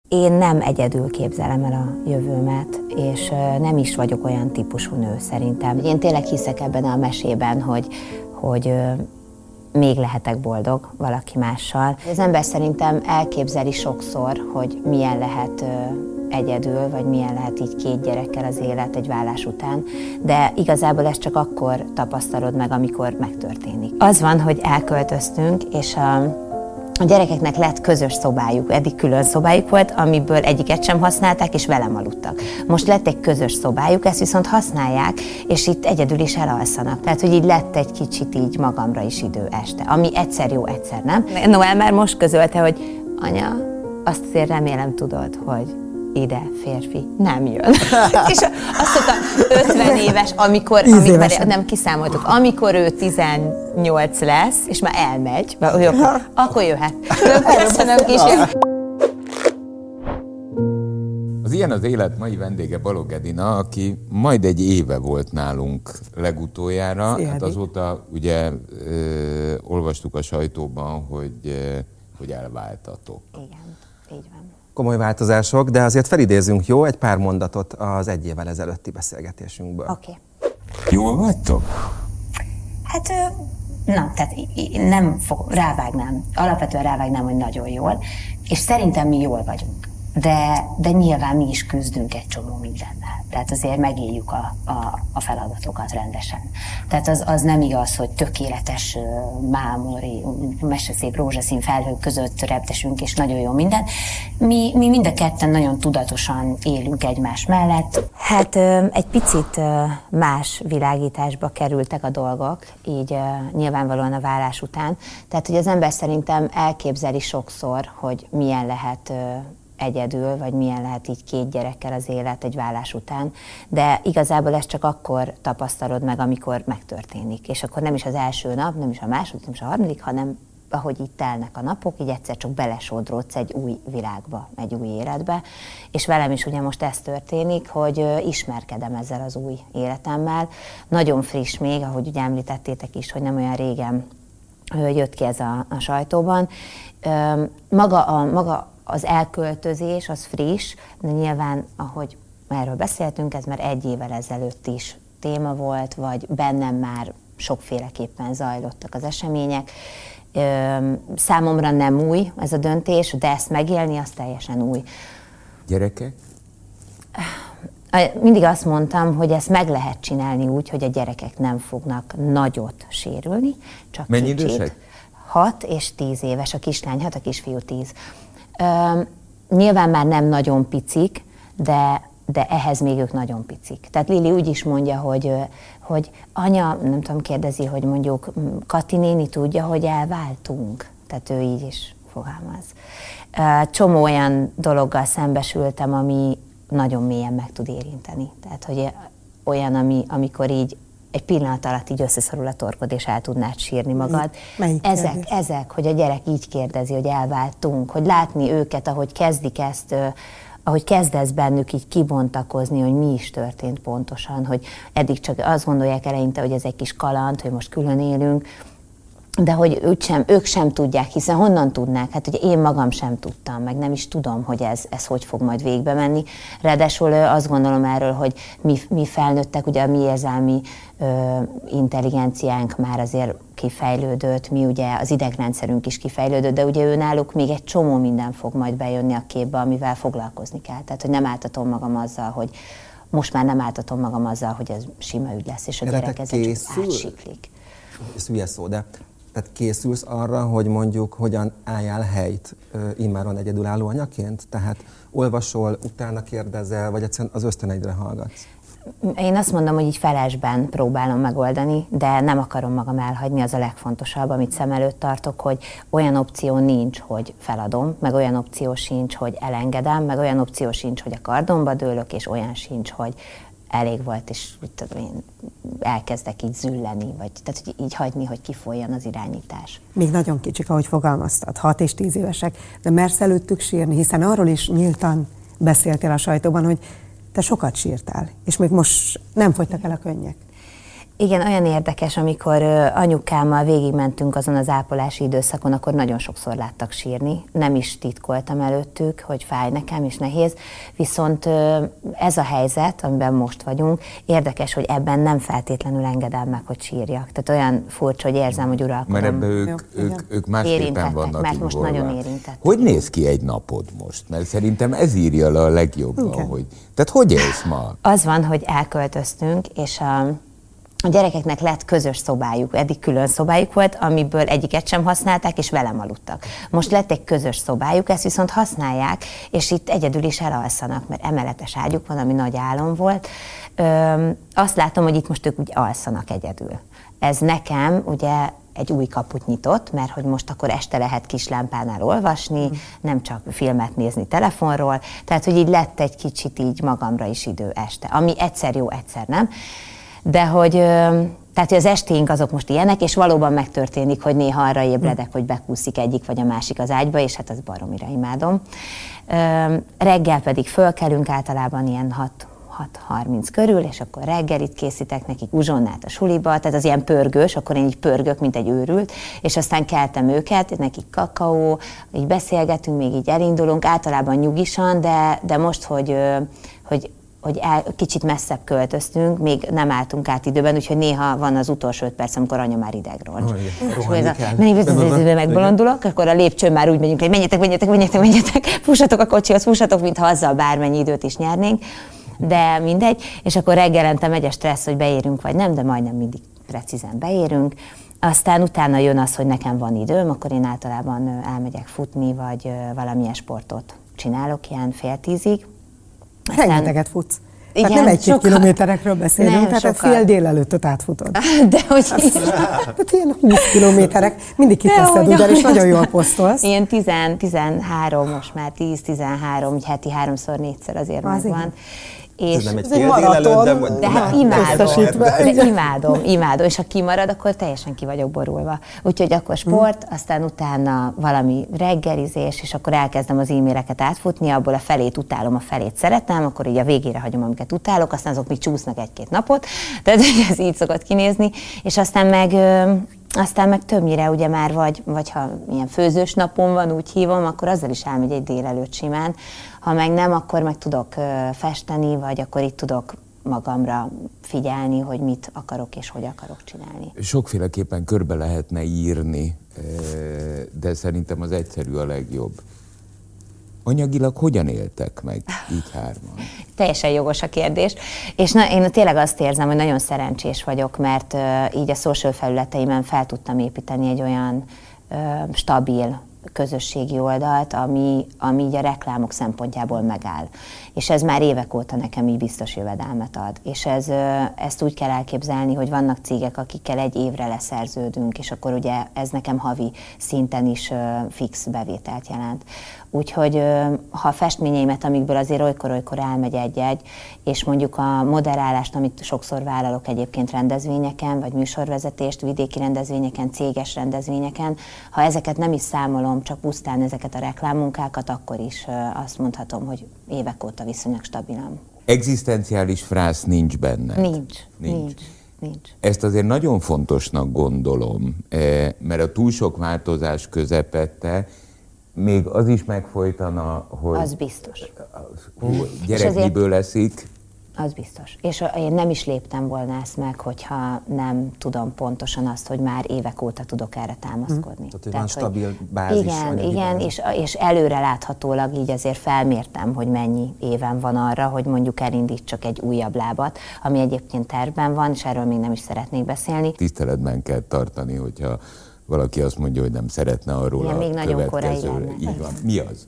Én nem egyedül képzelem el a jövőmet, és nem is vagyok olyan típusú nő szerintem. Én tényleg hiszek ebben a mesében, hogy még lehetek boldog valaki mással. Az ember szerintem elképzeli sokszor, hogy milyen lehet egyedül, vagy milyen lehet így 2 gyerekkel az élet egy vállás után, de igazából ezt csak akkor tapasztalod meg, amikor megtörténik. Az van, hogy elköltöztünk, és a gyerekeknek lett közös szobájuk, eddig külön szobájuk volt, amiből egyiket sem használták, és velem aludtak. Most lett egy közös szobájuk, ezt viszont használják, és itt egyedül is elalszanak. Tehát, hogy így lett egy kicsit így magamra is idő este, ami egyszer jó, egyszer nem. Noel már most közölte, hogy anya, azt azért remélem tudod, hogy ide férfi nem jön. És azt mondta, 50 éves, amikor nem kiszámoltuk, amikor ő 18 lesz, és már elmegy, akkor jöhet. Köszönöm, kisfiam. Az Ilyen az élet mai vendége Balogh Edina, aki majd egy éve volt nálunk legutoljára. Hát azóta ugye olvastuk a sajtóban, hogy elváltatok. Igen, így van. Komoly változások, de azért felidézünk, jó, egy pár mondatot az 1 évvel ezelőtti beszélgetésünkből. Oké. Jól vagytok? Hát tehát nem rávágnám, alapvetően rávágnám, hogy nagyon jól, és szerintem mi jól vagyunk. De nyilván mi is küzdünk egy csomó mindennel. Tehát azért megéljük a feladatokat rendesen. Tehát az nem igaz, hogy tökéletes mámori, meseszép rózsaszín felhők között reptesünk, és nagyon jó minden. Mi mind a ketten nagyon tudatosan élünk egymás mellett. Hát egy picit más világításba kerültek a dolgok, így nyilvánvalóan a vállás után. Tehát, hogy az ember szerintem elképzeli sokszor, hogy milyen lehet egyedül, vagy milyen lehet így 2 gyerekkel az élet egy vállás után, de igazából ezt csak akkor tapasztalod meg, amikor megtörténik. És akkor nem is az első nap, nem is a második, nem is a harmadik, hanem ahogy itt telnek a napok, így egyszer csak belesodródsz egy új világba, egy új életbe. És velem is ugye most ez történik, hogy ismerkedem ezzel az új életemmel. Nagyon friss még, ahogy ugye említettétek is, hogy nem olyan régen jött ki ez a sajtóban. Maga az elköltözés az friss, de nyilván, ahogy erről beszéltünk, ez már 1 évvel ezelőtt is téma volt, vagy bennem már sokféleképpen zajlottak az események. Számomra nem új ez a döntés, de ezt megélni, az teljesen új. Gyerekek? Mindig azt mondtam, hogy ezt meg lehet csinálni úgy, hogy a gyerekek nem fognak nagyot sérülni, csak mennyi kicsit. Idősek? 6 és 10 éves, a kislány 6, a kisfiú 10. Nyilván már nem nagyon picik, de ehhez még ők nagyon picik. Tehát Lili úgy is mondja, hogy anya, nem tudom, kérdezi, hogy mondjuk Kati néni tudja, hogy elváltunk. Tehát ő így is fogalmaz. Csomó olyan dologgal szembesültem, ami nagyon mélyen meg tud érinteni. Tehát, hogy olyan, amikor így egy pillanat alatt így összeszorul a torkod, és el tudnád sírni magad. Ezek, hogy a gyerek így kérdezi, hogy elváltunk, hogy látni őket, ahogy kezdik ezt, ahogy kezdesz bennük így kibontakozni, hogy mi is történt pontosan, hogy eddig csak azt gondolják eleinte, hogy ez egy kis kaland, hogy most külön élünk, de hogy ők sem tudják, hiszen honnan tudnák? Hát ugye én magam sem tudtam, meg nem is tudom, hogy ez hogy fog majd végbe menni. Ráadásul azt gondolom erről, hogy mi felnőttek, ugye a mi érzelmi intelligenciánk már azért kifejlődött, mi ugye az idegrendszerünk is kifejlődött, de ugye náluk még egy csomó minden fog majd bejönni a képbe, amivel foglalkozni kell. Tehát, hogy nem áltatom magam azzal, hogy most már nem áltatom magam azzal, hogy ez sima ügy lesz, és a gyerek ezen csak átsiklik. Ez hülye szó, de tehát készülsz arra, hogy mondjuk hogyan álljál helyt immáron egyedülálló anyaként? Tehát olvasol, utána kérdezel, vagy egyszerűen az ösztöneidre hallgatsz? Én azt mondom, hogy így felesben próbálom megoldani, de nem akarom magam elhagyni, az a legfontosabb, amit szem előtt tartok, hogy olyan opció nincs, hogy feladom, meg olyan opció sincs, hogy elengedem, meg olyan opció sincs, hogy a kardomba dőlök, és olyan sincs, hogy elég volt, és én elkezdek így zülleni, vagy tehát hogy így hagyni, hogy kifolyjon az irányítás. Még nagyon kicsik, ahogy fogalmaztad, 6 és 10 évesek, de mersz előttük sírni, hiszen arról is nyíltan beszéltél a sajtóban, hogy te sokat sírtál, és még most nem fogytak el a könnyek. Igen, olyan érdekes, amikor anyukámmal végigmentünk azon az ápolási időszakon, akkor nagyon sokszor láttak sírni. Nem is titkoltam előttük, hogy fáj nekem és nehéz, viszont ez a helyzet, amiben most vagyunk, érdekes, hogy ebben nem feltétlenül engedem meg, hogy sírjak. Tehát olyan furcsa, hogy érzem, hogy uralkodom. Mert ebben ők másképpen vannak mert most nagyon érintettek. Hogy néz ki egy napod most? Mert szerintem ez írja le a legjobban, hogy... Tehát hogy élsz ma? Az van, hogy elköltöztünk, és a gyerekeknek lett közös szobájuk, eddig külön szobájuk volt, amiből egyiket sem használták, és velem aludtak. Most lett egy közös szobájuk, ezt viszont használják, és itt egyedül is elalszanak, mert emeletes ágyuk van, ami nagy álom volt. Azt látom, hogy itt most ők úgy alszanak egyedül. Ez nekem ugye egy új kaput nyitott, mert hogy most akkor este lehet kis lámpánál olvasni, nem csak filmet nézni telefonról, tehát hogy így lett egy kicsit így magamra is idő este, ami egyszer jó, egyszer nem. De hogy, tehát, hogy az estéink azok most ilyenek, és valóban megtörténik, hogy néha arra ébredek, hogy bekúszik egyik vagy a másik az ágyba, és hát az baromira imádom. Reggel pedig fölkelünk általában ilyen 6:30 körül, és akkor reggelit készítek nekik, uzsonnát a suliba, tehát az ilyen pörgős, akkor én így pörgök, mint egy őrült, és aztán keltem őket, nekik kakaó, így beszélgetünk, még így elindulunk, általában nyugisan, de most, hogy kicsit messzebb költöztünk, még nem álltunk át időben, úgyhogy néha van az utolsó 5 perc, amikor anya már idegroncs. Megbolondulok, akkor a lépcsőn már úgy megyünk, hogy menjetek, fussatok a kocsihoz, fussatok, mintha azzal bármennyi időt is nyernénk, de mindegy, és akkor reggelente megy a stressz, hogy beérünk vagy nem, de majdnem mindig precízen beérünk. Aztán utána jön az, hogy nekem van időm, akkor én általában elmegyek futni, vagy valamilyen sportot csinálok, ilyen 9:30-ig. Rengeteget futsz. Igen, tehát nem 1-2 kilométerekről beszélünk, tehát fél délelőttöt átfutod. De hogy is. Tehát ilyen 20 kilométerek, mindig kiteszed ugyan, és nagyon jól posztolsz. Ilyen 13, most már 10-13, úgy heti 3-4-szer azért megvan. És ez nem egy fél délelőtt, de hát imádom, és ha kimarad, akkor teljesen ki vagyok borulva. Úgyhogy akkor sport, aztán utána valami reggelizés, és akkor elkezdem az e-maileket átfutni, abból a felét utálom, a felét szeretem, akkor így a végére hagyom, amiket utálok, aztán azok még csúsznak 1-2 napot, tehát ez így szokott kinézni, és aztán meg többnyire ugye már vagy ha ilyen főzős napon van, úgy hívom, akkor azzal is elmegy egy délelőtt simán. Ha meg nem, akkor meg tudok festeni, vagy akkor itt tudok magamra figyelni, hogy mit akarok és hogy akarok csinálni. Sokféleképpen körbe lehetne írni, de szerintem az egyszerű a legjobb. Anyagilag hogyan éltek meg így hárman? Teljesen jogos a kérdés, és én tényleg azt érzem, hogy nagyon szerencsés vagyok, mert így a social felületeimen fel tudtam építeni egy olyan stabil közösségi oldalt, ami így a reklámok szempontjából megáll. És ez már évek óta nekem így biztos jövedelmet ad. És ezt úgy kell elképzelni, hogy vannak cégek, akikkel 1 évre leszerződünk, és akkor ugye ez nekem havi szinten is fix bevételt jelent. Úgyhogy ha a festményeimet, amikből azért olykor elmegy egy-egy, és mondjuk a moderálást, amit sokszor vállalok egyébként rendezvényeken, vagy műsorvezetést, vidéki rendezvényeken, céges rendezvényeken, ha ezeket nem is számolom, csak pusztán ezeket a reklámmunkákat, akkor is azt mondhatom, hogy évek óta viszonylag stabilan. Egzisztenciális frász nincs benne? Nincs. Ezt azért nagyon fontosnak gondolom, mert a túl sok változás közepette még az is megfojtana, hogy... Az biztos. Gyerek miből leszik. Az biztos. És én nem is léptem volna ezt meg, hogyha nem tudom pontosan azt, hogy már évek óta tudok erre támaszkodni. Tehát, hogy van stabil bázis. Igen, és előre láthatólag így azért felmértem, hogy mennyi éven van arra, hogy mondjuk elindítsak egy újabb lábat, ami egyébként tervben van, és erről még nem is szeretnék beszélni. Tiszteletben kell tartani, hogyha valaki azt mondja, hogy nem szeretne arról a még nagyon korai következő. Így van. Mi az?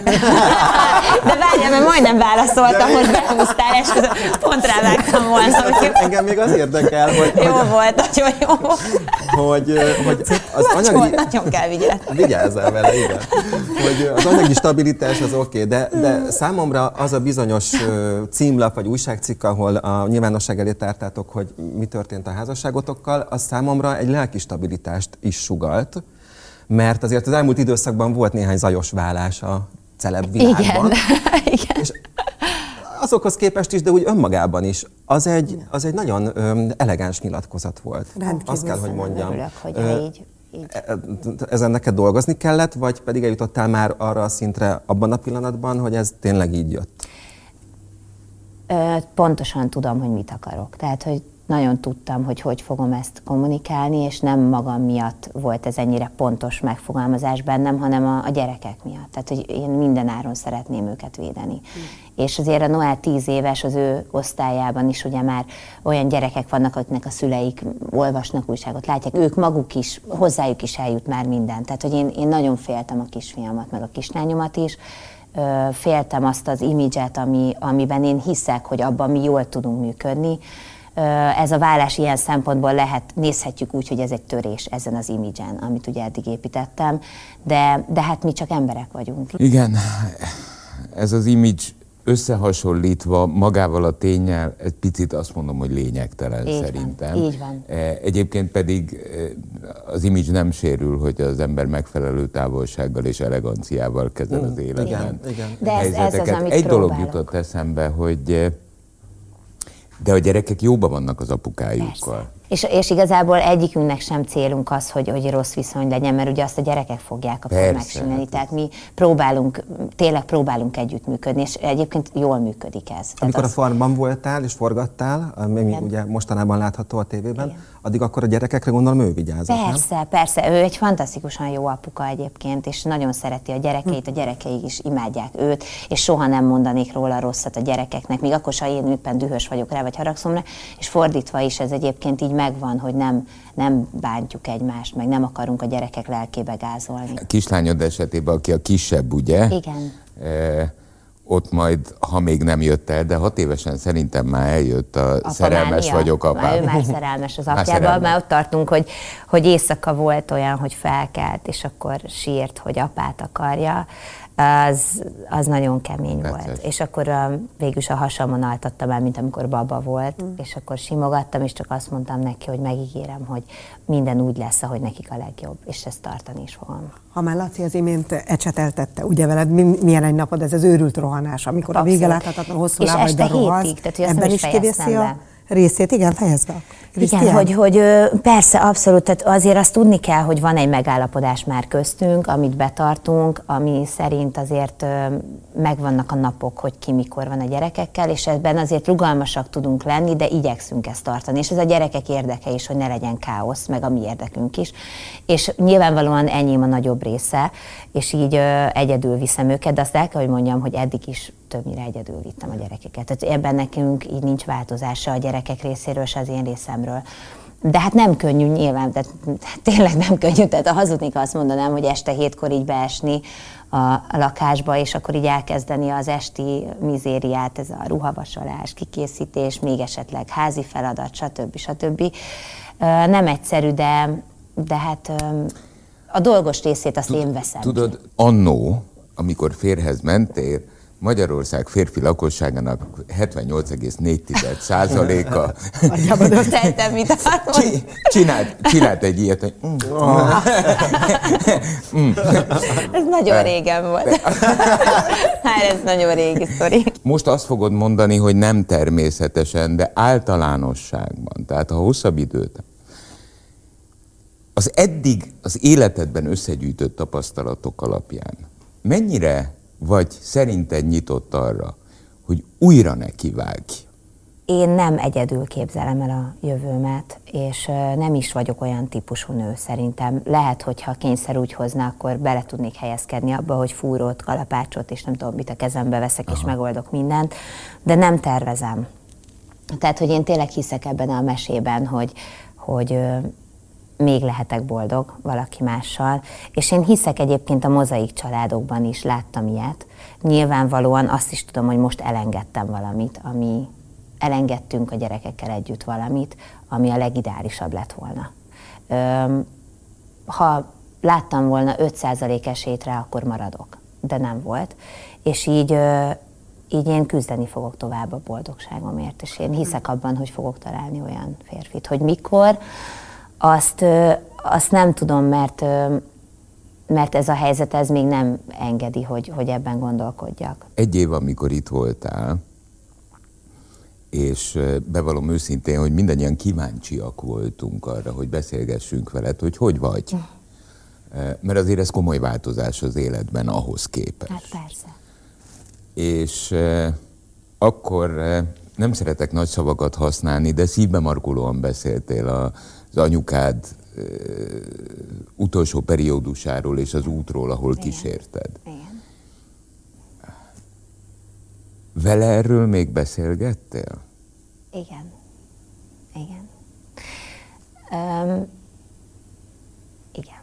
De várjál, mert majdnem válaszoltam, hogy behúztál, és pont rávágtam volna. Engem még az érdekel, hogy... Jó volt, nagyon jó. Hogy az anyagi... Nagyon kell vigyázni. Vigyázzál vele, igen. Hogy az anyagi stabilitás az oké, de számomra az a bizonyos címlap vagy újságcikk, ahol a nyilvánosság elé tártátok, hogy mi történt a házasságotokkal, az számomra egy lelki stabilitást is sugalt, mert azért az elmúlt időszakban volt néhány zajos válás a celeb világban. Igen. És panaszokhoz képest is, de úgy önmagában is, az egy nagyon elegáns nyilatkozat volt. Rendkívül. Azt kell, hogy mondjam. Örülök, hogy így. Ezen neked dolgozni kellett, vagy pedig eljutottál már arra a szintre abban a pillanatban, hogy ez tényleg így jött? Pontosan tudom, hogy mit akarok. Tehát, hogy nagyon tudtam, hogy fogom ezt kommunikálni, és nem magam miatt volt ez ennyire pontos megfogalmazás bennem, hanem a gyerekek miatt. Tehát, hogy én minden áron szeretném őket védeni. És azért a Noel 10 éves, az ő osztályában is ugye már olyan gyerekek vannak, akiknek a szüleik olvasnak újságot, látják, ők maguk is, hozzájuk is eljut már minden. Tehát, hogy én nagyon féltem a kisfiamat, meg a kislányomat is, féltem azt az imidzset, amiben én hiszek, hogy abban mi jól tudunk működni. Ez a vállás ilyen szempontból nézhetjük úgy, hogy ez egy törés ezen az imidzsen, amit ugye eddig építettem, de hát mi csak emberek vagyunk. Igen, ez az image összehasonlítva magával a ténnyel, egy picit azt mondom, hogy lényegtelen így szerintem. Van, így van. Egyébként pedig az image nem sérül, hogy az ember megfelelő távolsággal és eleganciával kezel az életben. Igen. De ez az, amit egy dolog próbálok. jutott eszembe, hogy de a gyerekek jóban vannak az apukájukkal. És igazából egyikünknek sem célunk az, hogy rossz viszony legyen, mert ugye azt a gyerekek fogják akkor megcsinálni. Tehát mi tényleg próbálunk együttműködni, és egyébként jól működik ez. Amikor a farmban voltál és forgattál, ami ugye mostanában látható a tévében, igen. Addig akkor a gyerekekre gondolom ő vigyázott, Persze. Ő egy fantasztikusan jó apuka egyébként, és nagyon szereti a gyerekeit, a gyerekeik is imádják őt, és soha nem mondanék róla rosszat a gyerekeknek, még akkor, ha én éppen dühös vagyok rá, vagy haragszom rá, és fordítva is ez egyébként így megvan, hogy nem bántjuk egymást, meg nem akarunk a gyerekek lelkébe gázolni. A kislányod esetében, aki a kisebb, ugye? Igen. Ott majd, ha még nem jött el, de 6 évesen szerintem már eljött a szerelmes vagyok apám. Ő már szerelmes az apjával, már ott tartunk, hogy éjszaka volt olyan, hogy felkelt, és akkor sírt, hogy apát akarja. Az nagyon kemény volt. És akkor végülis a hasamon altattam el, mint amikor baba volt, és akkor simogattam, és csak azt mondtam neki, hogy megígérem, hogy minden úgy lesz, ahogy nekik a legjobb, és ezt tartani is fogom. Ha már Laci az imént ecseteltette, ugye veled milyen egy napod, ez az őrült rohanás, amikor abszolút. A vége láthatatlan hosszú lábaiddal rohansz, ebben is kivészi a részét, igen, fejezd be. Igen, hogy persze, abszolút, tehát azért azt tudni kell, hogy van egy megállapodás már köztünk, amit betartunk, ami szerint azért megvannak a napok, hogy ki mikor van a gyerekekkel, és ebben azért rugalmasak tudunk lenni, de igyekszünk ezt tartani. És ez a gyerekek érdeke is, hogy ne legyen káosz, meg a mi érdekünk is. És nyilvánvalóan enyém a nagyobb része, és így egyedül viszem őket, de azt el kell, hogy mondjam, hogy eddig is többnyire egyedül vittem a gyerekeket. Tehát ebben nekünk így nincs változása a gyerekek részéről, se az én részemről. De hát nem könnyű nyilván, tehát tényleg nem könnyű, tehát ha hazudnék, azt mondanám, hogy este 7-kor így beesni a lakásba, és akkor így elkezdeni az esti mizériát, ez a ruhavasalás, kikészítés, még esetleg házi feladat, stb. Nem egyszerű, de hát a dolgos részét azt én veszem. Tudod, annó, amikor férjhez mentél, Magyarország férfi lakosságának 78,4%-a csinált egy ilyet, hogy Ez nagyon régen volt. Hát ez nagyon régi sztori. Most azt fogod mondani, hogy nem természetesen, de általánosságban, tehát ha hosszabb időt, az eddig az életedben összegyűjtött tapasztalatok alapján mennyire vagy szerinted nyitott arra, hogy újra nekivágj? Én nem egyedül képzelem el a jövőmet, és nem is vagyok olyan típusú nő szerintem. Lehet, hogyha a kényszer úgy hozna, akkor bele tudnék helyezkedni abba, hogy fúrót, kalapácsot, és nem tudom mit a kezembe veszek, és megoldok mindent, de nem tervezem. Tehát, hogy én tényleg hiszek ebben a mesében, hogy még lehetek boldog valaki mással, és én hiszek egyébként a mozaik családokban is, láttam ilyet. Nyilvánvalóan azt is tudom, hogy most elengedtem valamit, elengedtünk a gyerekekkel együtt valamit, ami a legideálisabb lett volna. Ha láttam volna 5% esélyt rá, akkor maradok, de nem volt. És így én küzdeni fogok tovább a boldogságomért, és én hiszek abban, hogy fogok találni olyan férfit. Hogy mikor, azt nem tudom, mert ez a helyzet ez még nem engedi, hogy ebben gondolkodjak. Egy év, amikor itt voltál, és bevallom őszintén, hogy mindannyian kíváncsiak voltunk arra, hogy beszélgessünk veled, hogy vagy. Mert azért ez komoly változás az életben ahhoz képest. Hát persze. És akkor nem szeretek nagy szavakat használni, de szívbemarkolóan beszéltél az anyukád utolsó periódusáról és az útról, ahol kísérted. Igen. Vele erről még beszélgettél? Igen. Igen. Igen.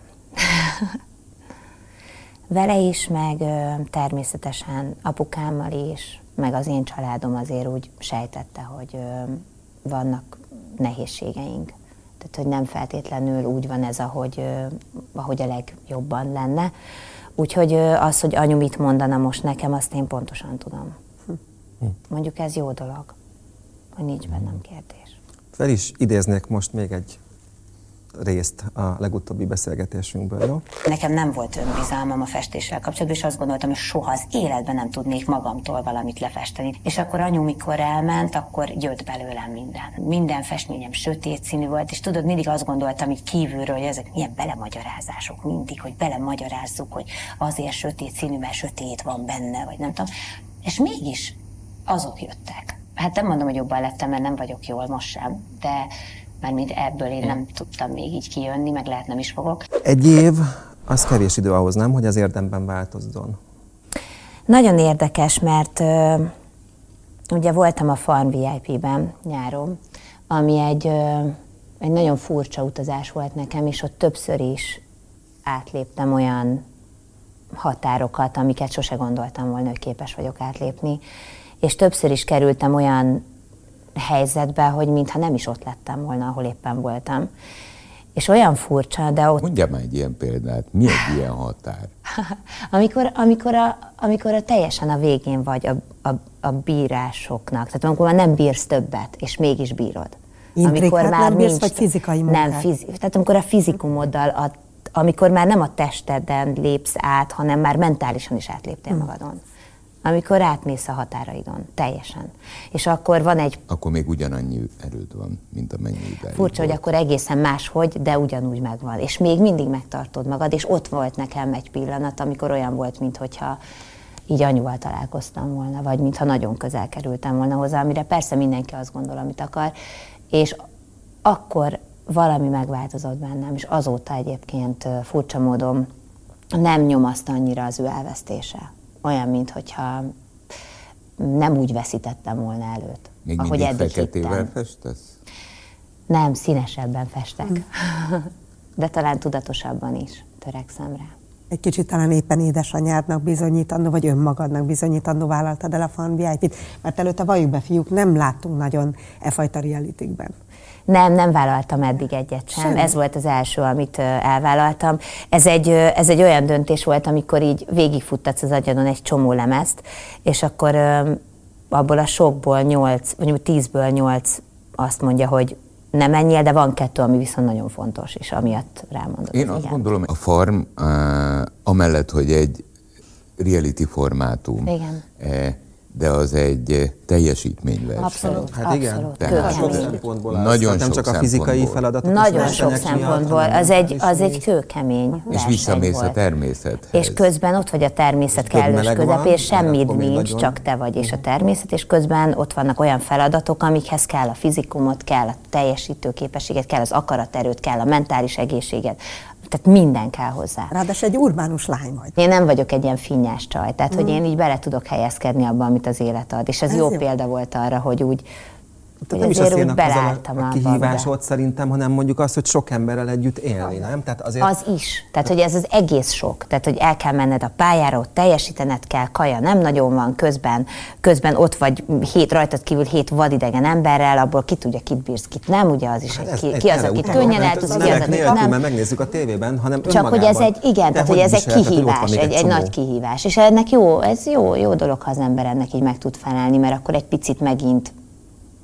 Vele is, meg természetesen apukámmal is, meg az én családom azért úgy sejtette, hogy vannak nehézségeink. Tehát, hogy nem feltétlenül úgy van ez, ahogy a legjobban lenne. Úgyhogy az, hogy anyu mit mondana most nekem, azt én pontosan tudom. Mondjuk ez jó dolog, hogy nincs bennem kérdés. Fel is idéznék most még egy részt a legutóbbi beszélgetésünkből, jó? Nekem nem volt önbizalmam a festéssel kapcsolatban, és azt gondoltam, hogy soha az életben nem tudnék magamtól valamit lefesteni. És akkor anyu, mikor elment, akkor jött belőlem minden. Minden festményem sötét színű volt, és tudod, mindig azt gondoltam így kívülről, hogy ezek milyen belemagyarázások mindig, hogy belemagyarázzuk, hogy azért sötét színű, mert sötét van benne, vagy nem tudom. És mégis azok jöttek. Hát nem mondom, hogy jobban lettem, mert nem vagyok jól most sem, de mármint ebből én nem tudtam még így kijönni, meg lehet nem is fogok. Egy év, az kevés idő ahhoz, nem, hogy az érdemben változzon? Nagyon érdekes, mert ugye voltam a Farm VIP-ben nyáron, ami egy nagyon furcsa utazás volt nekem, és ott többször is átléptem olyan határokat, amiket sose gondoltam volna, hogy képes vagyok átlépni, és többször is kerültem olyan helyzetbe, hogy mintha nem is ott lettem volna, ahol éppen voltam. És olyan furcsa, de ott... Mondjál már egy ilyen példát. Mi egy ilyen határ? amikor teljesen a végén vagy a bírásoknak. Tehát amikor már nem bírsz többet, és mégis bírod. Amikor már nem bírsz, vagy fizikai munkát? Nem, tehát amikor a fizikumoddal, amikor már nem a testeden lépsz át, hanem már mentálisan is átléptél magadon. Amikor átmész a határaidon, teljesen. És akkor van egy... Akkor még ugyanannyi erőd van, mint amennyi ideig. Furcsa, hogy akkor egészen máshogy, de ugyanúgy megvan. És még mindig megtartod magad, és ott volt nekem egy pillanat, amikor olyan volt, minthogyha így anyuval találkoztam volna, vagy mintha nagyon közel kerültem volna hozzá, amire persze mindenki azt gondol, amit akar. És akkor valami megváltozott bennem, és azóta egyébként furcsa módon nem nyomaszt annyira az ő elvesztése. Olyan, minthogyha nem úgy veszítettem volna előtt, még ahogy eddig feketével hittem. festesz? Nem, színesebben festek. De talán tudatosabban is törekszem rá. Egy kicsit talán éppen édesanyádnak bizonyítandó, vagy önmagadnak bizonyítandó vállaltad el a Farm VIP-t, mert előtte valljuk be, fiúk, nem láttunk nagyon e fajta realitykben. Nem vállaltam eddig egyet sem. Semmi. Ez volt az első, amit elvállaltam. Ez egy olyan döntés volt, amikor így végigfuttatsz az agyadon egy csomó lemezt, és akkor abból a sokból 8, vagy 10-ből 8 azt mondja, hogy nem menjél, de van 2, ami viszont nagyon fontos, és amiatt rámondott. Én azt gondolom, a Farm amellett, hogy egy reality formátum, igen. De az egy teljesítményverseny. Abszolút, hát igen. abszolút. Tehát sok szempontból az. Nagyon nem sok csak a fizikai feladatok. Nagyon sok szempontból. Az egy kőkemény és visszamész volt. A természethez. És közben ott vagy a természet kellős közepén, semmit nincs, csak te vagy és a természet, és közben ott vannak olyan feladatok, amikhez kell a fizikumot, kell a teljesítőképességet, kell az akaraterőt, kell a mentális egészséget. Tehát minden kell hozzá. Ráadásul egy urbánus lány vagy. Én nem vagyok egy ilyen finnyás csaj, tehát hogy én így bele tudok helyezkedni abban, amit az élet ad. És ez jó példa volt arra, hogy úgy, hogy nem azért is úgy beleálltam a kihívás volt szerintem, hanem mondjuk az, hogy sok emberrel együtt élni, nem? Tehát azért... Az is. Tehát, hogy ez az egész sok. Tehát, hogy el kell menned a pályára, ott teljesítened kell, kaja nem nagyon van, közben ott vagy rajtad kívül 7 vadidegen emberrel, abból ki tudja, kit bírsz, kit nem, ugye az is, ki az, akit könnyen el tudsz, ki az, akit nem. Mert megnézzük a tévében, hanem csak hogy ez egy, igen, tehát, hogy ez egy kihívás, egy nagy kihívás. És ennek jó dolog, ha az ember ennek így meg tud felelni, mert akkor egy picit megint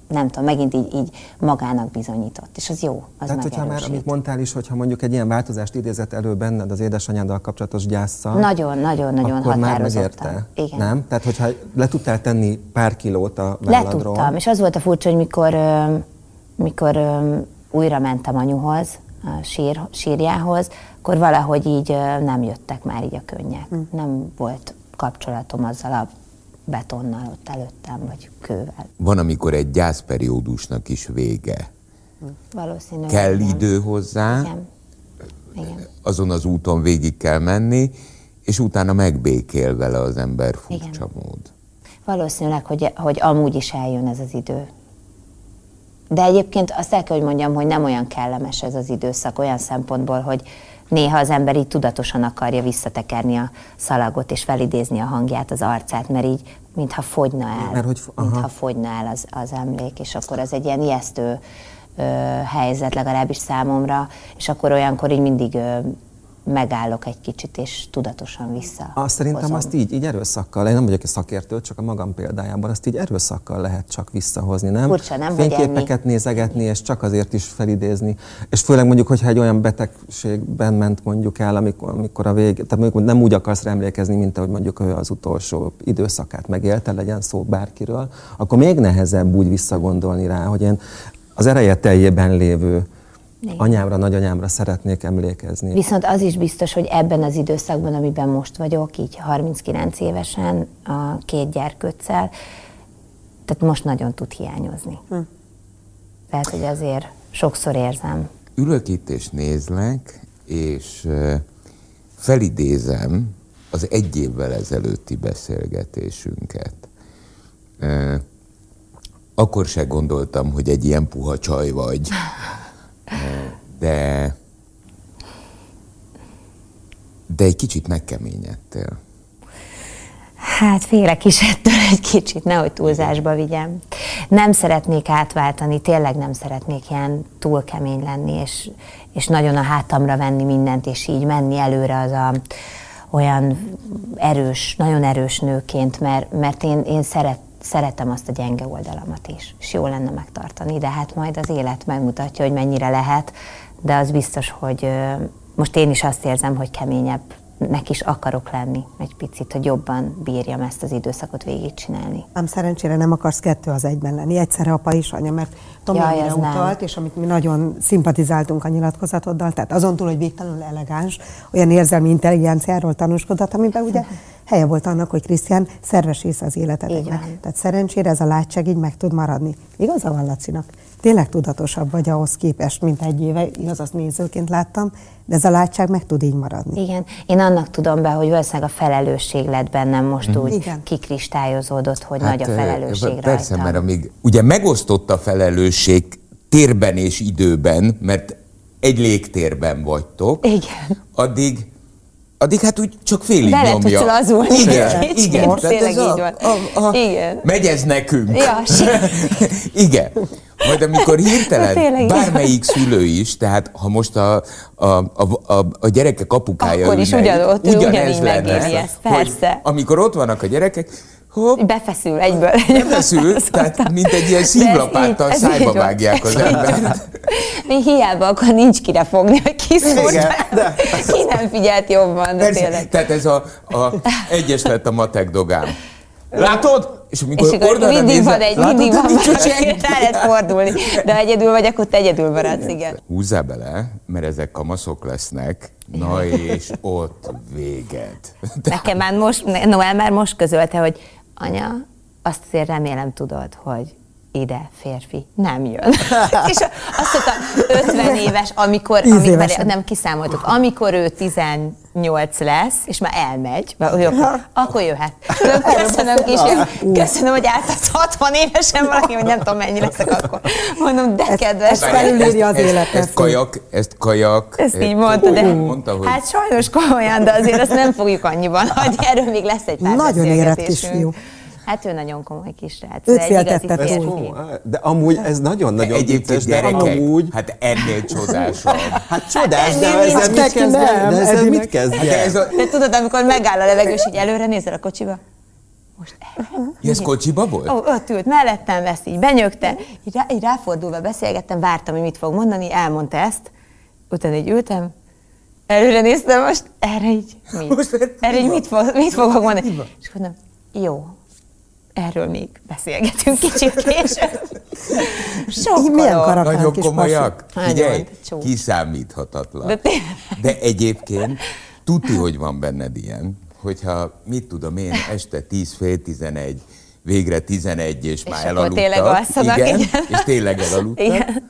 nem tudom, megint így magának bizonyított, és az jó, az tehát, hogyha már, amit mondtál is, hogyha mondjuk egy ilyen változást idézett elő benned az édesanyáddal kapcsolatos gyásszal, nagyon akkor már határozottan. megérte. Igen. Nem? Tehát, hogyha le tudtál tenni pár kilót a válladról. Letudtam, és az volt a furcsa, hogy mikor újra mentem anyuhoz, a sírjához, akkor valahogy így nem jöttek már így a könnyek. Nem volt kapcsolatom azzal a betonnal ott előttem, vagy kővel. Van, amikor egy gyászperiódusnak is vége. Valószínűleg. Kell igen. idő hozzá, Igen. azon az úton végig kell menni, és utána megbékél vele az ember furcsa mód. Valószínűleg, hogy amúgy is eljön ez az idő. De egyébként azt el kell, hogy mondjam, hogy nem olyan kellemes ez az időszak olyan szempontból, hogy néha az ember így tudatosan akarja visszatekerni a szalagot és felidézni a hangját, az arcát, mert így mintha fogyna el, mintha fogyna el az emlék, és akkor az egy ilyen ijesztő helyzet, legalábbis számomra, és akkor olyankor így mindig megállok egy kicsit, és tudatosan vissza. Szerintem azt így erőszakkal, én nem vagyok egy szakértő, csak a magam példájában, azt így erőszakkal lehet csak visszahozni, nem? Furcsa, nem? Fényképeket nézegetni, és csak azért is felidézni. És főleg mondjuk, hogyha egy olyan betegségben ment mondjuk el, amikor a tehát mondjuk nem úgy akarsz rá emlékezni, mint ahogy mondjuk ő az utolsó időszakát megélte, legyen szó bárkiről, akkor még nehezebb úgy visszagondolni rá, hogy én az ereje teljében lévő anyámra, nagyanyámra szeretnék emlékezni. Viszont az is biztos, hogy ebben az időszakban, amiben most vagyok, így 39 évesen, a 2 gyerkőccel, tehát most nagyon tud hiányozni. Tehát, hogy azért sokszor érzem. Ülök itt és nézlek, és felidézem az 1 évvel ezelőtti beszélgetésünket. Akkor se gondoltam, hogy egy ilyen puha csaj vagy. De egy kicsit megkeményedtél. Hát félek is ettől egy kicsit, nehogy túlzásba vigyem. Nem szeretnék átváltani, tényleg nem szeretnék ilyen túl kemény lenni, és nagyon a hátamra venni mindent, és így menni előre az olyan erős, nagyon erős nőként, mert én szeretem azt a gyenge oldalamat is, és jó lenne megtartani, de hát majd az élet megmutatja, hogy mennyire lehet, de az biztos, hogy most én is azt érzem, hogy keményebbnek is akarok lenni egy picit, hogy jobban bírjam ezt az időszakot végigcsinálni. Nem, szerencsére nem akarsz 2 az 1-ben lenni, egyszerre apa és anya, mert Tomi amire utalt, és amit mi nagyon szimpatizáltunk a nyilatkozatoddal, tehát azon túl, hogy végtelenül elegáns, olyan érzelmi intelligenciáról tanúskodott, amiben ugye helye volt annak, hogy Krisztián szerves része az életednek. Tehát szerencsére ez a látság így meg tud maradni. Igaza van Lacinak. Tényleg tudatosabb vagy ahhoz képest, mint 1 éve, igaz, azt nézőként láttam, de ez a látság meg tud így maradni. Igen. Én annak tudom be, hogy valószínűleg a felelősség lett bennem most úgy kikristályozódott, hogy nagy a felelősség rajtam. Persze, mert amíg ugye megosztott a felelősség térben és időben, mert egy légtérben vagytok, addig hát úgy csak félig vele nyomja. tudsz lazulni. Igen. Most tényleg így van. Igen. Megy ez nekünk. Ja, igen. Majd amikor hirtelen bármelyik szülő is, tehát ha most a gyerekek apukája akkor is ugyanígy megéli ezt, persze. Amikor ott vannak a gyerekek, hopp, befeszül egyből. Befeszül, tehát mint egy ilyen szívlapáttal szájba vágják az embert. Hiába, akkor nincs kire fogni, hogy kiszúrt. Ki nem figyelt jobban, de tényleg. Tehát ez egyes lett a matek dogám. Látod? És akkor mindig van valaki, rá lehet fordulni. De ha egyedül vagy, akkor te egyedül maradsz, igen. Húzzál bele, mert ezek kamaszok lesznek, na és ott véged. Nekem már most, Noel már most közölte, hogy anya, azt azért remélem tudod, hogy ide férfi nem jön. És azt mondta, 50 éves, amikor nem kiszámoltuk, amikor ő 18 lesz, és már elmegy, akkor jöhet. Köszönöm, kisfiam, köszönöm, hogy álltad 60 évesen valaki, hogy nem tudom, mennyi leszek akkor. Mondom, de kedves. Ez felülírja az életet. Ezt kajak. Ezt így mondta, de hát sajnos komolyan, de azért azt nem fogjuk annyiban, hogy erről még lesz egy pár nagyon érett kisfiú. Hát ő nagyon komoly kisrác. Őt féltetted túl. De amúgy ez nagyon-nagyon vicces, de amúgy... Hát ennél csodásabb. Hát csodás, de ezzel mit kezdjen? De tudod, amikor megáll a levegő, és így előre nézel a kocsiba? most ez kocsiba volt? Ott ült mellettem, ezt így benyögte, így ráfordulva beszélgettem, vártam, hogy mit fog mondani, elmondta ezt, utána így ültem, előre néztem, most erre így mit fogok mondani? És mondom, jó, erről még beszélgetünk kicsit később. Nagyon komolyak. Figyelj, kiszámíthatatlan. De egyébként tudti, hogy van benned ilyen, hogyha mit tudom én, este 10, fél 11, végre 11, és már elaludtak. Tényleg alszanak, igen. És tényleg elaludtak. Igen.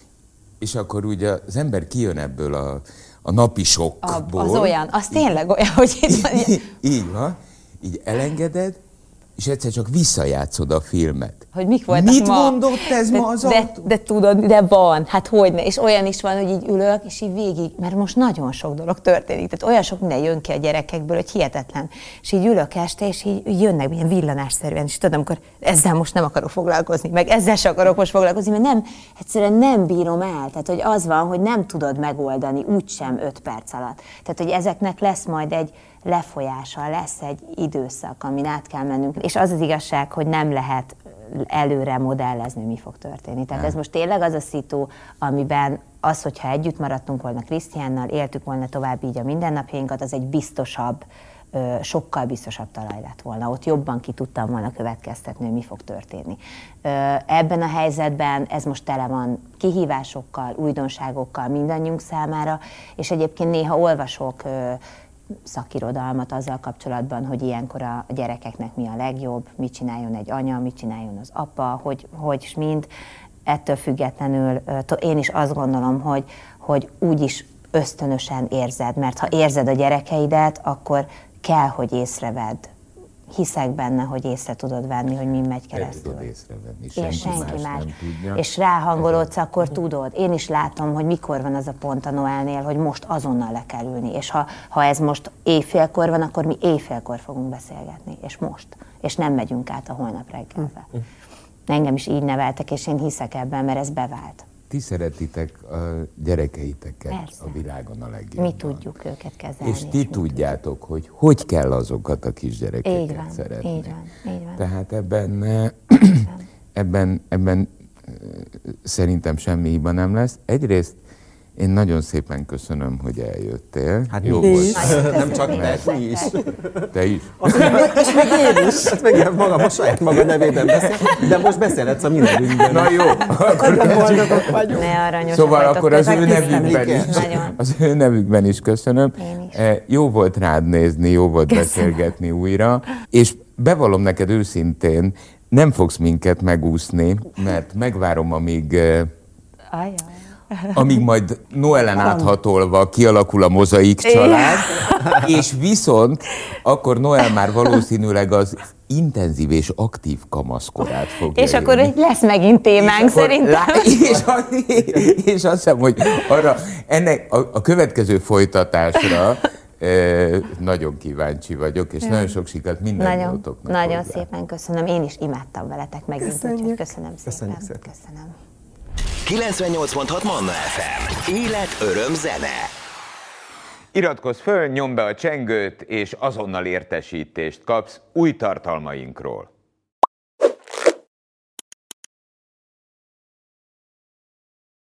És akkor ugye az ember kijön ebből a napi sokkból. Az olyan, az tényleg olyan, hogy itt van. Így van, így elengeded, és egyszer csak visszajátszod a filmet. Hogy mik voltak mit mondott ez ma az autó? De tudod, de van, hát hogyne. És olyan is van, hogy így ülök, és így végig, mert most nagyon sok dolog történik. Tehát olyan sok minden jön ki a gyerekekből, hogy hihetetlen. És így ülök este, és így jönnek ilyen villanásszerűen. És tudom, amikor ezzel most nem akarok foglalkozni, meg ezzel sem akarok most foglalkozni, mert nem, egyszerűen nem bírom el. Tehát, hogy az van, hogy nem tudod megoldani úgysem 5 perc alatt. Tehát, hogy ezeknek lesz majd egy lefolyása, lesz egy időszak, amin át kell mennünk. És az az igazság, hogy nem lehet előre modellezni, mi fog történni. Tehát ez most tényleg az a szitu, amiben az, hogyha együtt maradtunk volna Krisztiánnal, éltük volna tovább így a mindennapjainkat, az egy biztosabb, sokkal biztosabb talaj lett volna. Ott jobban ki tudtam volna következtetni, hogy mi fog történni. Ebben a helyzetben ez most tele van kihívásokkal, újdonságokkal mindannyiunk számára, és egyébként néha olvasok szakirodalmat azzal kapcsolatban, hogy ilyenkor a gyerekeknek mi a legjobb, mit csináljon egy anya, mit csináljon az apa, hogy mind. Ettől függetlenül én is azt gondolom, hogy úgyis ösztönösen érzed, mert ha érzed a gyerekeidet, akkor kell, hogy észrevedd. Hiszek benne, hogy észre tudod venni, hogy mi megy keresztül. És senki más nem tudja. És ráhangolódsz, akkor tudod. Én is látom, hogy mikor van az a pont a Noelnél, hogy most azonnal le kell ülni. És ha ez most éjfélkor van, akkor mi éjfélkor fogunk beszélgetni. És most. És nem megyünk át a holnap reggelbe. Engem is így neveltek, és én hiszek ebben, mert ez bevált. Ti szeretitek a gyerekeiteket a világon a legjobban. Mi tudjuk őket kezelni. És ti tudjátok, hogy kell azokat a kisgyerekeket szeretni. Így van. Tehát ebben szerintem semmi hiba nem lesz. Egyrészt én nagyon szépen köszönöm, hogy eljöttél. Hát jó volt. Nem csak mert mi is. Te is. És meg én is. Hát meg magam a saját maga nevében beszél, de most beszélhetsz a mi nevünkben. Na jó. Akkor boldogok vagyunk. Ne aranyosak szóval vagytok, akkor az ő nevükben is. Az ő nevükben is köszönöm. Jó volt rád nézni, jó volt beszélgetni újra. És bevallom neked őszintén, nem fogsz minket megúszni, mert megvárom, amíg majd Noelen áthatolva kialakul a Mozaik család, és viszont akkor Noel már valószínűleg az intenzív és aktív kamaszkorát fogja És akkor lesz megint témánk szerintem. És azt hiszem, hogy arra, ennek a következő folytatásra nagyon kíváncsi vagyok, és nagyon sok sikert mindannyiótoknak. Nagyon szépen köszönöm. Én is imádtam veletek megint. Köszönöm szépen. Köszönöm. 98.6 Manna FM. Élet, öröm, zene. Iratkozz föl, nyomd be a csengőt, és azonnal értesítést kapsz új tartalmainkról.